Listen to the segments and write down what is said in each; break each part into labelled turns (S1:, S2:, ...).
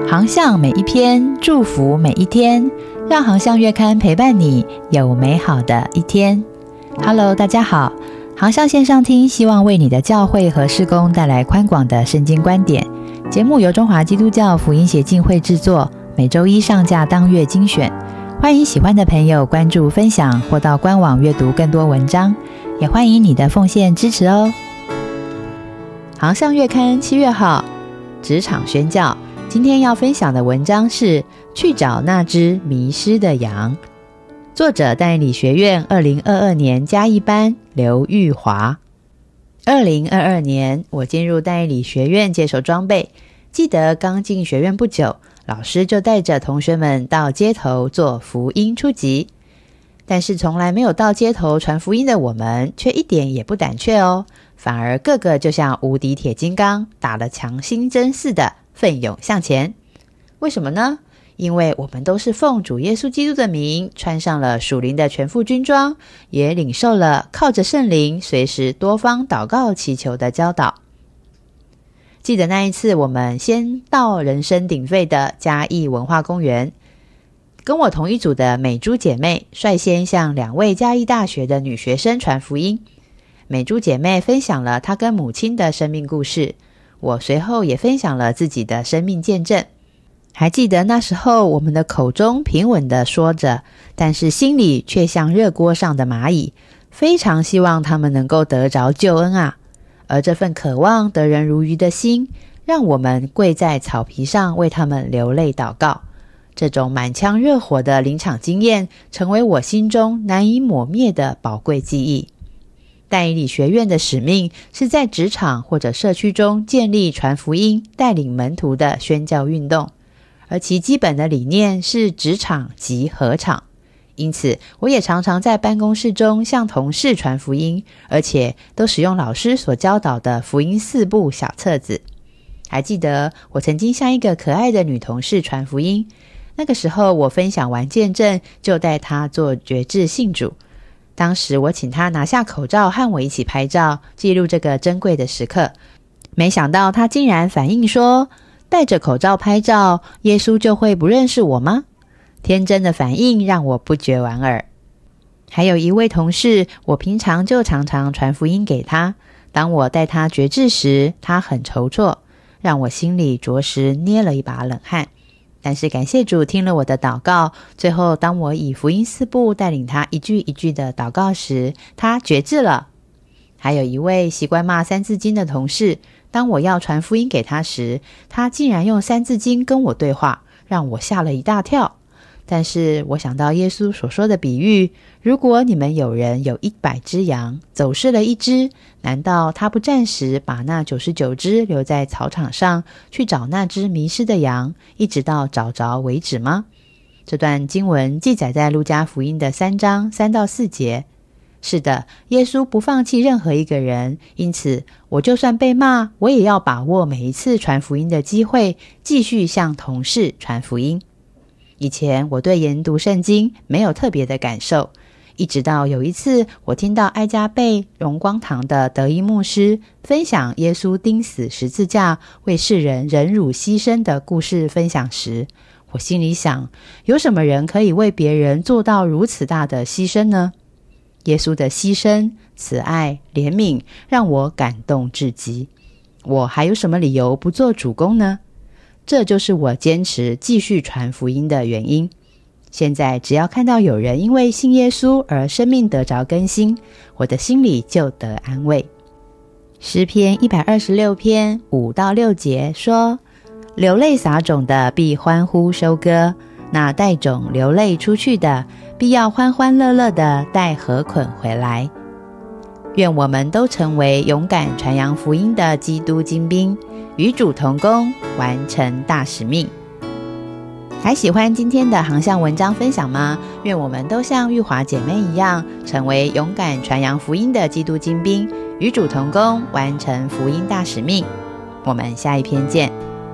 S1: 航向每一篇，祝福每一天，让航向月刊陪伴你有美好的一天。Hello， 大家好，航向线上听，希望为你的教会和事工带来宽广的圣经观点。节目由中华基督教福音协进会制作，每周一上架当月精选。欢迎喜欢的朋友关注分享，或到官网阅读更多文章，也欢迎你的奉献支持哦。航向月刊7月号，职场宣教。今天要分享的文章是去找那只迷失的羊，作者但以理学院2022年嘉义班刘玉华。2022年我进入但以理学院接受装备，记得刚进学院不久，老师就带着同学们到街头做福音初级，但是从来没有到街头传福音的我们却一点也不胆怯哦，反而个个就像无敌铁金刚打了强心针似的奋勇向前。为什么呢？因为我们都是奉主耶稣基督的名，穿上了属灵的全副军装，也领受了靠着圣灵随时多方祷告祈求的教导。记得那一次，我们先到人声鼎沸的嘉义文化公园，跟我同一组的美珠姐妹率先向2位嘉义大学的女学生传福音。美珠姐妹分享了她跟母亲的生命故事，我随后也分享了自己的生命见证。还记得那时候我们的口中平稳地说着，但是心里却像热锅上的蚂蚁，非常希望他们能够得着救恩啊。而这份渴望得人如鱼的心，让我们跪在草皮上为他们流泪祷告。这种满腔热火的临场经验，成为我心中难以抹灭的宝贵记忆。但以理学院的使命是在职场或者社区中建立传福音、带领门徒的宣教运动，而其基本的理念是职场即合场。因此我也常常在办公室中向同事传福音，而且都使用老师所教导的福音4部小册子。还记得我曾经向一个可爱的女同事传福音，那个时候我分享完见证，就带她做决志信主。当时我请她拿下口罩和我一起拍照，记录这个珍贵的时刻。没想到她竟然反应说，戴着口罩拍照，耶稣就会不认识我吗？天真的反应让我不觉莞尔。还有一位同事，我平常就常常传福音给他，当我带他决志时，他很踌躇，让我心里着实捏了一把冷汗。但是感谢主听了我的祷告，最后当我以福音4部带领他一句一句的祷告时，他决志了。还有一位习惯骂三字经的同事，当我要传福音给他时，他竟然用三字经跟我对话，让我吓了一大跳。但是我想到耶稣所说的比喻，如果你们有人有100只羊，走失了1只，难道他不暂时把那99只留在草场上，去找那只迷失的羊，一直到找着为止吗？这段经文记载在路加福音的3章3到4节。是的，耶稣不放弃任何一个人，因此我就算被骂，我也要把握每一次传福音的机会，继续向同事传福音。以前我对研读圣经没有特别的感受，一直到有一次我听到爱加贝荣光堂的德音牧师分享耶稣钉死十字架为世人忍辱牺牲的故事分享时，我心里想，有什么人可以为别人做到如此大的牺牲呢？耶稣的牺牲、慈爱、怜悯让我感动至极，我还有什么理由不做主工呢？这就是我坚持继续传福音的原因。现在只要看到有人因为信耶稣而生命得着更新，我的心里就得安慰。诗篇126篇5到6节说，流泪撒种的必欢呼收割，那带种流泪出去的必要欢欢乐乐的带禾捆回来。愿我们都成为勇敢传扬福音的基督精兵，与主同工，完成大使命。还喜欢今天的航向文章分享吗？愿我们都像玉华姐妹一样，成为勇敢传扬福音的基督精兵，与主同工，完成福音大使命。我们下一篇见。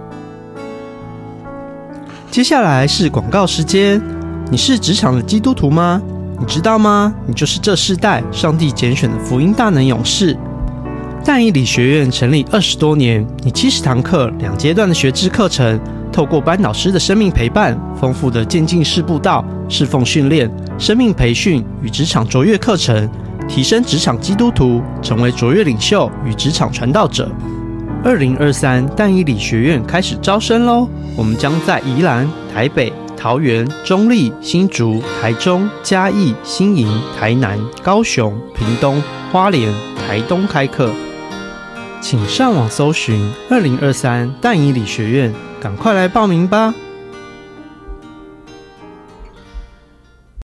S2: 接下来是广告时间。你是职场的基督徒吗？你知道吗？你就是这世代上帝拣选的福音大能勇士。但以理学院成立20多年，以70堂课2阶段的学制课程， 透过班导师的生命陪伴、丰富的渐进式步道、侍奉训练、生命培训与职场卓越课程，提升职场基督徒，成为卓越领袖与职场传道者。2023但以理学院开始招生咯，我们将在宜兰、台北、桃园、中壢、新竹、台中、嘉义、新营、台南、高雄、屏东、花莲、台东开课。请上网搜寻2023但以理学院，赶快来报名吧！